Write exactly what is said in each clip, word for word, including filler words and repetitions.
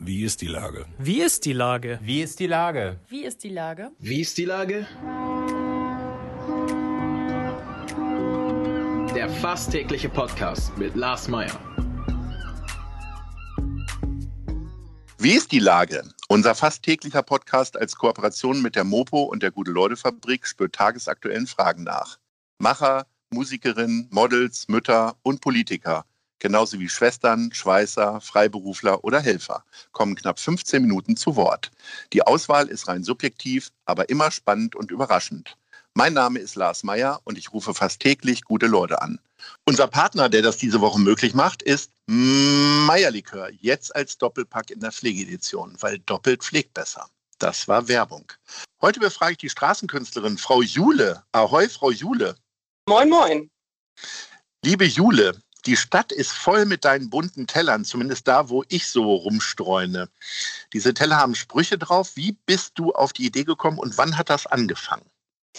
Wie ist die Lage? Wie ist die Lage? Wie ist die Lage? Wie ist die Lage? Wie ist die Lage? Der fast tägliche Podcast mit Lars Meyer. Wie ist die Lage? Unser fast täglicher Podcast als Kooperation mit der Mopo und der Gute-Leute-Fabrik spürt tagesaktuellen Fragen nach. Macher, Musikerinnen, Models, Mütter und Politiker, genauso wie Schwestern, Schweißer, Freiberufler oder Helfer, kommen knapp fünfzehn Minuten zu Wort. Die Auswahl ist rein subjektiv, aber immer spannend und überraschend. Mein Name ist Lars Meyer und ich rufe fast täglich gute Leute an. Unser Partner, der das diese Woche möglich macht, ist Meyer-Likör, jetzt als Doppelpack in der Pflegedition, weil doppelt pflegt besser. Das war Werbung. Heute befrage ich die Straßenkünstlerin Frau Jule. Ahoi, Frau Jule. Moin, moin. Liebe Jule, die Stadt ist voll mit deinen bunten Tellern, zumindest da, wo ich so rumstreune. Diese Teller haben Sprüche drauf. Wie bist du auf die Idee gekommen und wann hat das angefangen?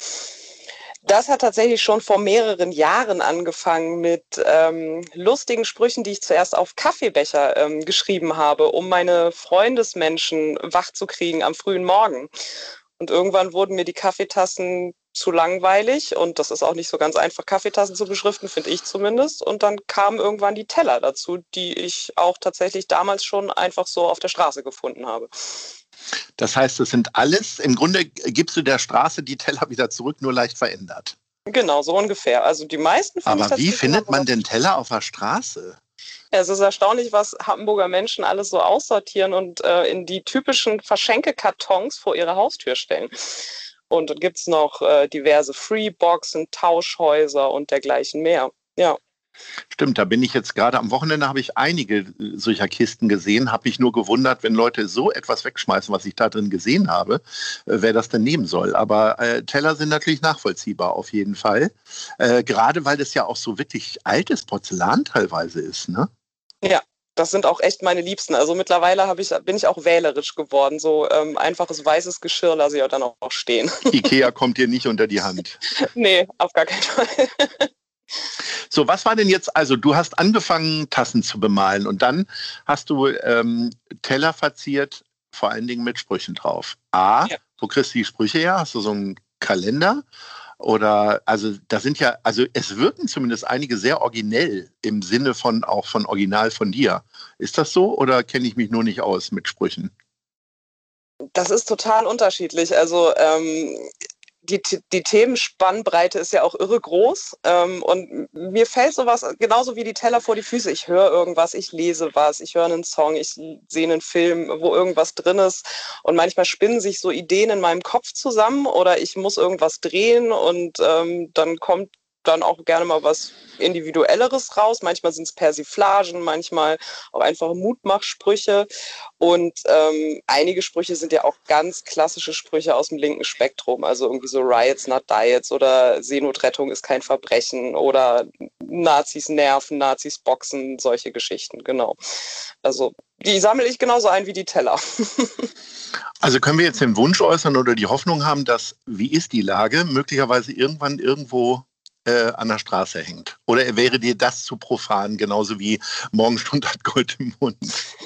Das hat tatsächlich schon vor mehreren Jahren angefangen mit ähm, lustigen Sprüchen, die ich zuerst auf Kaffeebecher ähm, geschrieben habe, um meine Freundesmenschen wach zu kriegen am frühen Morgen. Und irgendwann wurden mir die Kaffeetassen zu langweilig und das ist auch nicht so ganz einfach, Kaffeetassen zu beschriften, finde ich zumindest. Und dann kamen irgendwann die Teller dazu, die ich auch tatsächlich damals schon einfach so auf der Straße gefunden habe. Das heißt, es sind alles, im Grunde gibst du der Straße die Teller wieder zurück, nur leicht verändert. Genau, so ungefähr. Also die meisten finde ich. Aber wie findet man denn Teller auf der Straße? Ja, es ist erstaunlich, was Hamburger Menschen alles so aussortieren und äh, in die typischen Verschenkekartons vor ihre Haustür stellen. Und dann gibt es noch äh, diverse Freeboxen, Tauschhäuser und dergleichen mehr. Ja. Stimmt, da bin ich jetzt gerade am Wochenende, habe ich einige solcher Kisten gesehen, habe mich nur gewundert, wenn Leute so etwas wegschmeißen, was ich da drin gesehen habe, äh, wer das denn nehmen soll. Aber äh, Teller sind natürlich nachvollziehbar auf jeden Fall, äh, gerade weil das ja auch so wirklich altes Porzellan teilweise ist, ne? Ja. Das sind auch echt meine Liebsten. Also mittlerweile hab ich, bin ich auch wählerisch geworden. So ähm, einfaches weißes Geschirr lasse ich ja dann auch stehen. Ikea kommt dir nicht unter die Hand. Nee, auf gar keinen Fall. So, was war denn jetzt, also du hast angefangen, Tassen zu bemalen und dann hast du ähm, Teller verziert, vor allen Dingen mit Sprüchen drauf. A, ja. Wo kriegst du die Sprüche her? Hast du so einen Kalender? Oder, also da sind ja, also es wirken zumindest einige sehr originell im Sinne von, auch von Original von dir. Ist das so oder kenne ich mich nur nicht aus mit Sprüchen? Das ist total unterschiedlich. Also ähm, die, die Themenspannbreite ist ja auch irre groß ähm, und mir fällt sowas genauso wie die Teller vor die Füße. Ich höre irgendwas, ich lese was, ich höre einen Song, ich sehe einen Film, wo irgendwas drin ist und manchmal spinnen sich so Ideen in meinem Kopf zusammen oder ich muss irgendwas drehen und ähm, dann kommt dann auch gerne mal was Individuelleres raus. Manchmal sind es Persiflagen, manchmal auch einfach Mutmachsprüche. Und ähm, einige Sprüche sind ja auch ganz klassische Sprüche aus dem linken Spektrum. Also irgendwie so Riots, not Diets oder Seenotrettung ist kein Verbrechen oder Nazis nerven, Nazis boxen, solche Geschichten, genau. Also die sammle ich genauso ein wie die Teller. Also können wir jetzt den Wunsch äußern oder die Hoffnung haben, dass Wie ist die Lage möglicherweise irgendwann irgendwo an der Straße hängt? Oder wäre dir das zu profan, genauso wie Morgenstund hat Gold im Mund?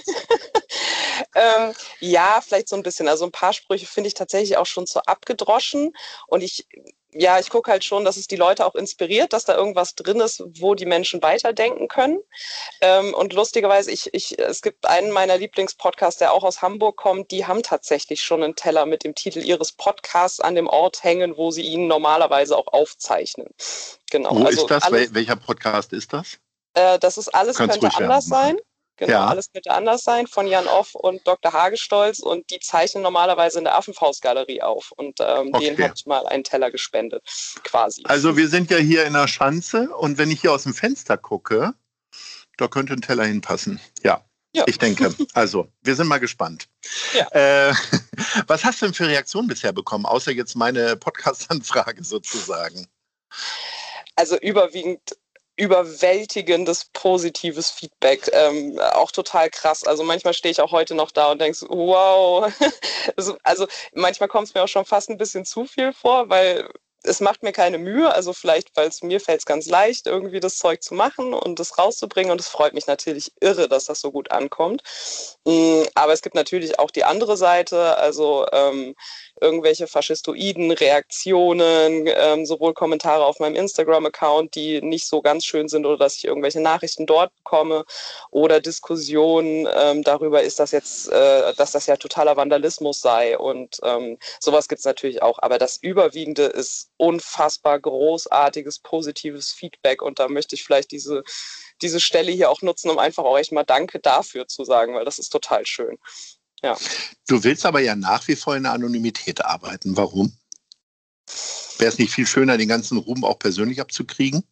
ähm, ja, vielleicht so ein bisschen. Also ein paar Sprüche finde ich tatsächlich auch schon zu abgedroschen. Und ich, ja, ich gucke halt schon, dass es die Leute auch inspiriert, dass da irgendwas drin ist, wo die Menschen weiterdenken können. Ähm, und lustigerweise, ich, ich, es gibt einen meiner Lieblingspodcasts, der auch aus Hamburg kommt, die haben tatsächlich schon einen Teller mit dem Titel ihres Podcasts an dem Ort hängen, wo sie ihn normalerweise auch aufzeichnen. Genau. Wo also ist das? alles, Welcher Podcast ist das? Äh, das ist Alles könnte anders sein. Genau, ja. Alles könnte anders sein von Jan Off und Doktor Hagestolz und die zeichnen normalerweise in der Affenfaustgalerie auf und ähm, okay. denen habe ich mal einen Teller gespendet, quasi. Also wir sind ja hier in der Schanze und wenn ich hier aus dem Fenster gucke, da könnte ein Teller hinpassen. Ja, ja. Ich denke. Also, wir sind mal gespannt. Ja. Äh, was hast du denn für Reaktionen bisher bekommen, außer jetzt meine Podcast-Anfrage sozusagen? Also überwiegend überwältigendes positives Feedback, ähm, auch total krass. Also manchmal stehe ich auch heute noch da und denke so, wow. also, also manchmal kommt es mir auch schon fast ein bisschen zu viel vor, weil es macht mir keine Mühe, also vielleicht, weil es mir fällt es ganz leicht, irgendwie das Zeug zu machen und das rauszubringen. Und es freut mich natürlich irre, dass das so gut ankommt. Aber es gibt natürlich auch die andere Seite, also ähm, irgendwelche faschistoiden Reaktionen, ähm, sowohl Kommentare auf meinem Instagram-Account, die nicht so ganz schön sind oder dass ich irgendwelche Nachrichten dort bekomme oder Diskussionen ähm, darüber, ist das jetzt, äh, dass das ja totaler Vandalismus sei und ähm, sowas gibt es natürlich auch. Aber das Überwiegende ist unfassbar großartiges, positives Feedback und da möchte ich vielleicht diese, diese Stelle hier auch nutzen, um einfach auch echt mal Danke dafür zu sagen, weil das ist total schön. Ja. Du willst aber ja nach wie vor in der Anonymität arbeiten. Warum? Wäre es nicht viel schöner, den ganzen Ruhm auch persönlich abzukriegen?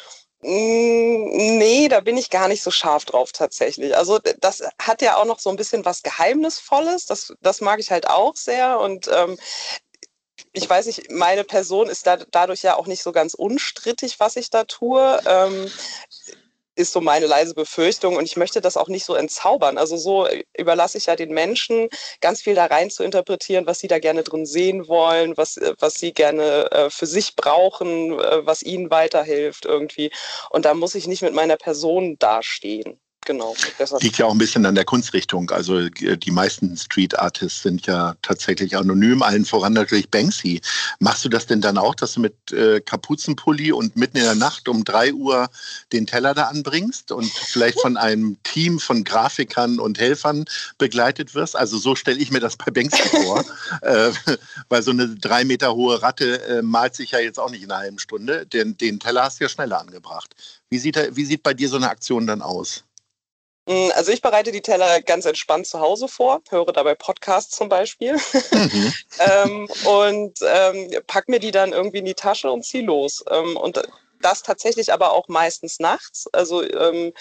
Nee, da bin ich gar nicht so scharf drauf tatsächlich. Also das hat ja auch noch so ein bisschen was Geheimnisvolles. Das, das mag ich halt auch sehr. Und ähm, ich weiß nicht, meine Person ist da, dadurch ja auch nicht so ganz unstrittig, was ich da tue. Ähm, ist so meine leise Befürchtung und ich möchte das auch nicht so entzaubern. Also so überlasse ich ja den Menschen, ganz viel da rein zu interpretieren, was sie da gerne drin sehen wollen, was, was sie gerne äh, für sich brauchen, äh, was ihnen weiterhilft irgendwie. Und da muss ich nicht mit meiner Person dastehen. Genau. Liegt ja auch ein bisschen an der Kunstrichtung. Also die meisten Street Artists sind ja tatsächlich anonym, allen voran natürlich Banksy. Machst du das denn dann auch, dass du mit äh, Kapuzenpulli und mitten in der Nacht um drei Uhr den Teller da anbringst und vielleicht von einem Team von Grafikern und Helfern begleitet wirst? Also so stelle ich mir das bei Banksy vor. äh, weil so eine drei Meter hohe Ratte äh, malt sich ja jetzt auch nicht in einer halben Stunde. Den, den Teller hast du ja schneller angebracht. Wie sieht, wie sieht bei dir so eine Aktion dann aus? Also ich bereite die Teller ganz entspannt zu Hause vor, höre dabei Podcasts zum Beispiel mhm. ähm, und ähm, pack mir die dann irgendwie in die Tasche und zieh los. Ähm, und das tatsächlich aber auch meistens nachts. Also ähm,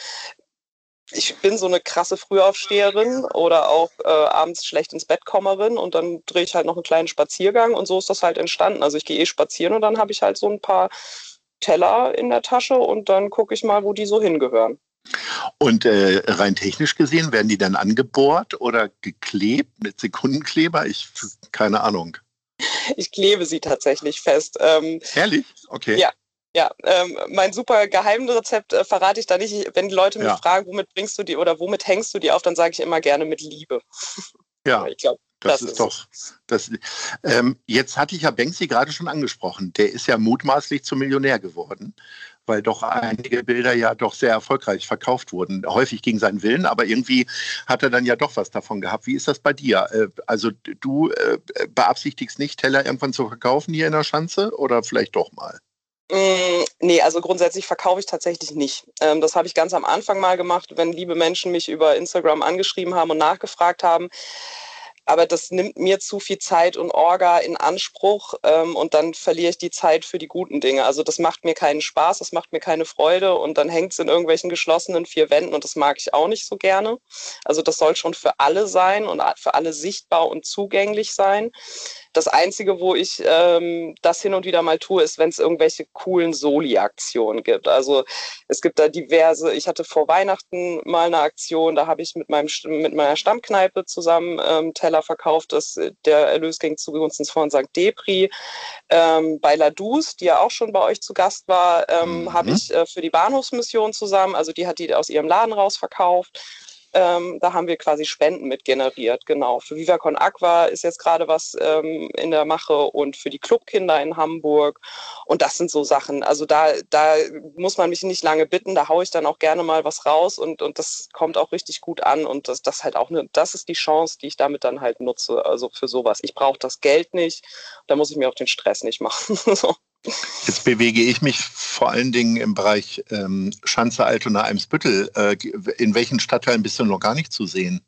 ich bin so eine krasse Frühaufsteherin oder auch äh, abends schlecht ins Bett kommerin und dann drehe ich halt noch einen kleinen Spaziergang und so ist das halt entstanden. Also ich gehe eh spazieren und dann habe ich halt so ein paar Teller in der Tasche und dann gucke ich mal, wo die so hingehören. Und äh, rein technisch gesehen, werden die dann angebohrt oder geklebt mit Sekundenkleber? Ich, keine Ahnung. Ich klebe sie tatsächlich fest. Ähm, Ehrlich? Okay. Ja, ja. Ähm, mein super Geheimrezept äh, verrate ich da nicht. Wenn die Leute mich ja. fragen, womit bringst du die oder womit hängst du die auf, dann sage ich immer gerne mit Liebe. Ja, ich glaube, das, das ist ist doch. Das, ähm, jetzt hatte ich ja Banksy gerade schon angesprochen. Der ist ja mutmaßlich zum Millionär geworden, weil doch einige Bilder ja doch sehr erfolgreich verkauft wurden. Häufig gegen seinen Willen, aber irgendwie hat er dann ja doch was davon gehabt. Wie ist das bei dir? Äh, also du äh, beabsichtigst nicht, Teller irgendwann zu verkaufen hier in der Schanze oder vielleicht doch mal? Mm, nee, also grundsätzlich verkaufe ich tatsächlich nicht. Ähm, das habe ich ganz am Anfang mal gemacht, wenn liebe Menschen mich über Instagram angeschrieben haben und nachgefragt haben. Aber das nimmt mir zu viel Zeit und Orga in Anspruch ähm, und dann verliere ich die Zeit für die guten Dinge. Also das macht mir keinen Spaß, das macht mir keine Freude und dann hängt es in irgendwelchen geschlossenen vier Wänden und das mag ich auch nicht so gerne. Also das soll schon für alle sein und für alle sichtbar und zugänglich sein. Das Einzige, wo ich ähm, das hin und wieder mal tue, ist, wenn es irgendwelche coolen Soli-Aktionen gibt. Also es gibt da diverse, ich hatte vor Weihnachten mal eine Aktion, da habe ich mit, meinem, mit meiner Stammkneipe zusammen ähm, Teller verkauft. Das, der Erlös ging zugunsten von Sankt Depri. Ähm, bei Ladus, die ja auch schon bei euch zu Gast war, ähm, mhm. habe ich äh, für die Bahnhofsmission zusammen, also die hat die aus ihrem Laden rausverkauft. Ähm, da haben wir quasi Spenden mit generiert, genau. Für Viva Con Aqua ist jetzt gerade was ähm, in der Mache und für die Clubkinder in Hamburg. Und das sind so Sachen, also da, da muss man mich nicht lange bitten, da haue ich dann auch gerne mal was raus und, und das kommt auch richtig gut an und das, das halt auch eine, das ist die Chance, die ich damit dann halt nutze, also für sowas. Ich brauche das Geld nicht, da muss ich mir auch den Stress nicht machen. so. Jetzt bewege ich mich vor allen Dingen im Bereich ähm, Schanze, Altona, Eimsbüttel. Äh, in welchen Stadtteilen bist du noch gar nicht zu sehen?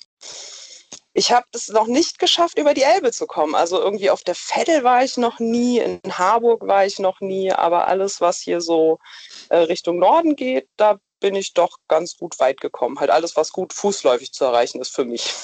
Ich habe es noch nicht geschafft, über die Elbe zu kommen. Also irgendwie auf der Veddel war ich noch nie, in Harburg war ich noch nie, aber alles, was hier so äh, Richtung Norden geht, da bin ich doch ganz gut weit gekommen. Halt alles, was gut fußläufig zu erreichen ist für mich.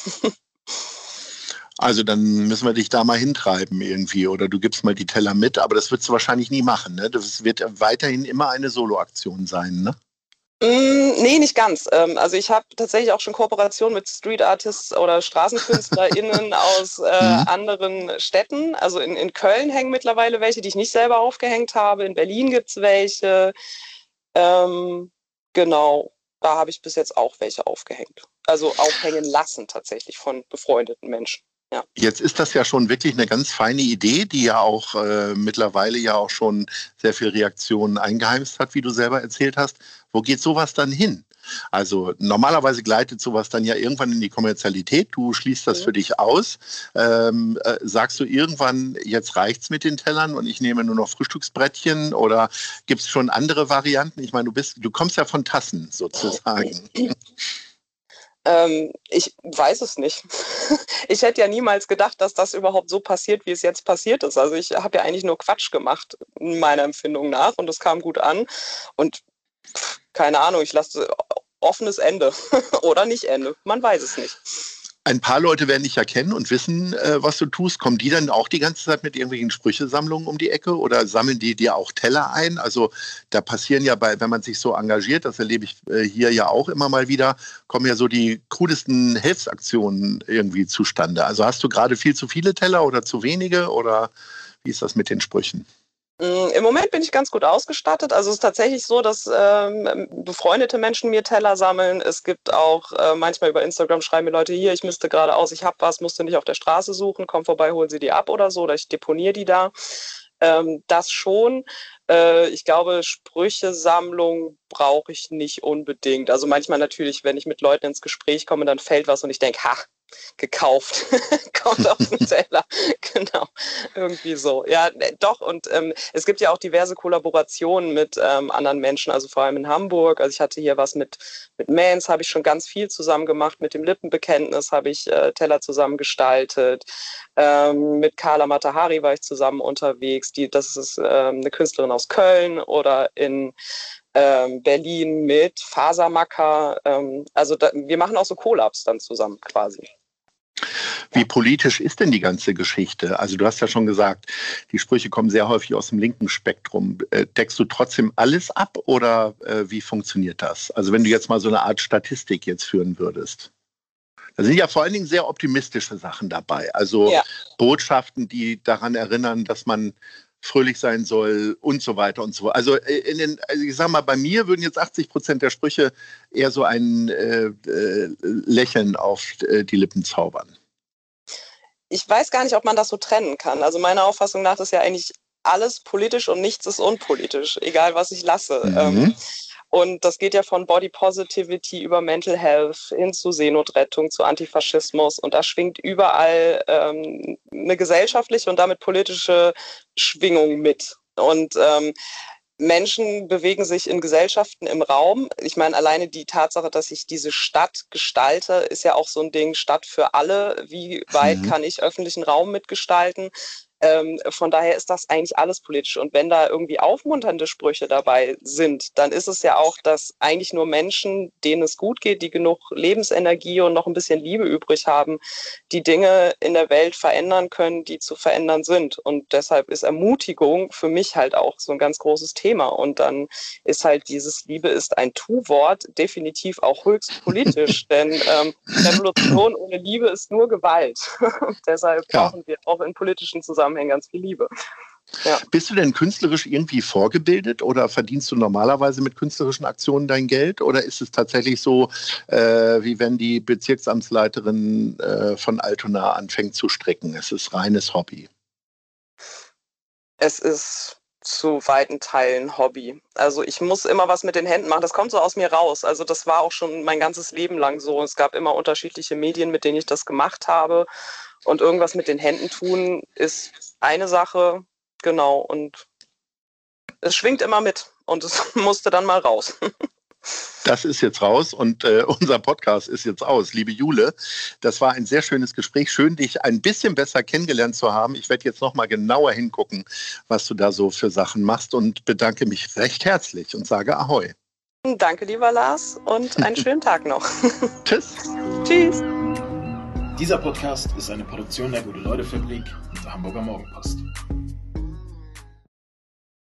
Also dann müssen wir dich da mal hintreiben irgendwie oder du gibst mal die Teller mit, aber das wirst du wahrscheinlich nie machen, ne? Das wird weiterhin immer eine Solo-Aktion sein, ne? Mm, nee, nicht ganz. Ähm, also ich habe tatsächlich auch schon Kooperationen mit Street Artists oder StraßenkünstlerInnen aus äh, Mhm. anderen Städten. Also in, in Köln hängen mittlerweile welche, die ich nicht selber aufgehängt habe. In Berlin gibt's welche. Ähm, genau, da habe ich bis jetzt auch welche aufgehängt. Also aufhängen lassen tatsächlich von befreundeten Menschen. Ja. Jetzt ist das ja schon wirklich eine ganz feine Idee, die ja auch äh, mittlerweile ja auch schon sehr viel Reaktionen eingeheimst hat, wie du selber erzählt hast. Wo geht sowas dann hin? Also normalerweise gleitet sowas dann ja irgendwann in die Kommerzialität. Du schließt das Mhm. für dich aus. Ähm, äh, sagst du irgendwann, jetzt reicht's mit den Tellern und ich nehme nur noch Frühstücksbrettchen? Oder gibt es schon andere Varianten? Ich meine, du bist, du kommst ja von Tassen sozusagen. Ähm, ich weiß es nicht. Ich hätte ja niemals gedacht, dass das überhaupt so passiert, wie es jetzt passiert ist. Also ich habe ja eigentlich nur Quatsch gemacht, meiner Empfindung nach, und es kam gut an. Und pff, keine Ahnung, ich lasse offenes Ende oder nicht Ende. Man weiß es nicht. Ein paar Leute werden dich ja kennen und wissen, äh, was du tust. Kommen die dann auch die ganze Zeit mit irgendwelchen Sprüchesammlungen um die Ecke oder sammeln die dir auch Teller ein? Also da passieren ja bei, wenn man sich so engagiert, das erlebe ich äh, hier ja auch immer mal wieder, kommen ja so die krudesten Hilfsaktionen irgendwie zustande. Also hast du gerade viel zu viele Teller oder zu wenige oder wie ist das mit den Sprüchen? Im Moment bin ich ganz gut ausgestattet. Also es ist tatsächlich so, dass ähm, befreundete Menschen mir Teller sammeln. Es gibt auch äh, manchmal über Instagram schreiben mir Leute, hier, ich misste gerade aus, ich habe was, musst du nicht auf der Straße suchen, komm vorbei, hol sie die ab oder so, oder ich deponiere die da. Ähm, das schon. Äh, ich glaube, Sprüchesammlung brauche ich nicht unbedingt. Also manchmal natürlich, wenn ich mit Leuten ins Gespräch komme, dann fällt was und ich denke, ha, gekauft, kommt auf den Teller, genau, irgendwie so. Ja, doch, und ähm, es gibt ja auch diverse Kollaborationen mit ähm, anderen Menschen, also vor allem in Hamburg. Also ich hatte hier was mit, mit Mans, habe ich schon ganz viel zusammen gemacht, mit dem Lippenbekenntnis habe ich äh, Teller zusammen gestaltet, ähm, mit Carla Matahari war ich zusammen unterwegs, die, das ist ähm, eine Künstlerin aus Köln, oder in Ähm, Berlin mit Fasermacker. Ähm, also da, wir machen auch so Collabs dann zusammen quasi. Wie politisch ist denn die ganze Geschichte? Also du hast ja schon gesagt, die Sprüche kommen sehr häufig aus dem linken Spektrum. Äh, deckst du trotzdem alles ab oder äh, wie funktioniert das? Also wenn du jetzt mal so eine Art Statistik jetzt führen würdest. Da sind ja vor allen Dingen sehr optimistische Sachen dabei. Also ja. Botschaften, die daran erinnern, dass man fröhlich sein soll und so weiter und so fort. Also, in den, also ich sag mal, bei mir würden jetzt achtzig Prozent der Sprüche eher so ein äh, äh, Lächeln auf äh, die Lippen zaubern. Ich weiß gar nicht, ob man das so trennen kann. Also meiner Auffassung nach ist ja eigentlich alles politisch und nichts ist unpolitisch, egal was ich lasse. Mhm. Ähm, und das geht ja von Body Positivity über Mental Health hin zu Seenotrettung, zu Antifaschismus. Und da schwingt überall ähm, eine gesellschaftliche und damit politische Schwingung mit. Und ähm, Menschen bewegen sich in Gesellschaften im Raum. Ich meine, alleine die Tatsache, dass ich diese Stadt gestalte, ist ja auch so ein Ding, Stadt für alle. Wie weit mhm. kann ich öffentlichen Raum mitgestalten? Ähm, von daher ist das eigentlich alles politisch. Und wenn da irgendwie aufmunternde Sprüche dabei sind, dann ist es ja auch, dass eigentlich nur Menschen, denen es gut geht, die genug Lebensenergie und noch ein bisschen Liebe übrig haben, die Dinge in der Welt verändern können, die zu verändern sind. Und deshalb ist Ermutigung für mich halt auch so ein ganz großes Thema. Und dann ist halt dieses Liebe ist ein Tu-Wort definitiv auch höchst politisch. Denn ähm, Revolution ohne Liebe ist nur Gewalt. Und deshalb ja. brauchen wir auch in politischen Zusammenhängen ganz viel Liebe. Ja. Bist du denn künstlerisch irgendwie vorgebildet oder verdienst du normalerweise mit künstlerischen Aktionen dein Geld? Oder ist es tatsächlich so, äh, wie wenn die Bezirksamtsleiterin äh, von Altona anfängt zu stricken? Es ist reines Hobby. Es ist zu weiten Teilen Hobby. Also ich muss immer was mit den Händen machen. Das kommt so aus mir raus. Also das war auch schon mein ganzes Leben lang so. Es gab immer unterschiedliche Medien, mit denen ich das gemacht habe. Und irgendwas mit den Händen tun ist eine Sache, genau. Und es schwingt immer mit. Und es musste dann mal raus. Das ist jetzt raus und äh, unser Podcast ist jetzt aus. Liebe Jule, das war ein sehr schönes Gespräch. Schön, dich ein bisschen besser kennengelernt zu haben. Ich werde jetzt noch mal genauer hingucken, was du da so für Sachen machst und bedanke mich recht herzlich und sage Ahoi. Danke, lieber Lars, und einen schönen Tag noch. Tschüss. Tschüss. Dieser Podcast ist eine Produktion der Gute-Leute-Fabrik und der Hamburger Morgenpost.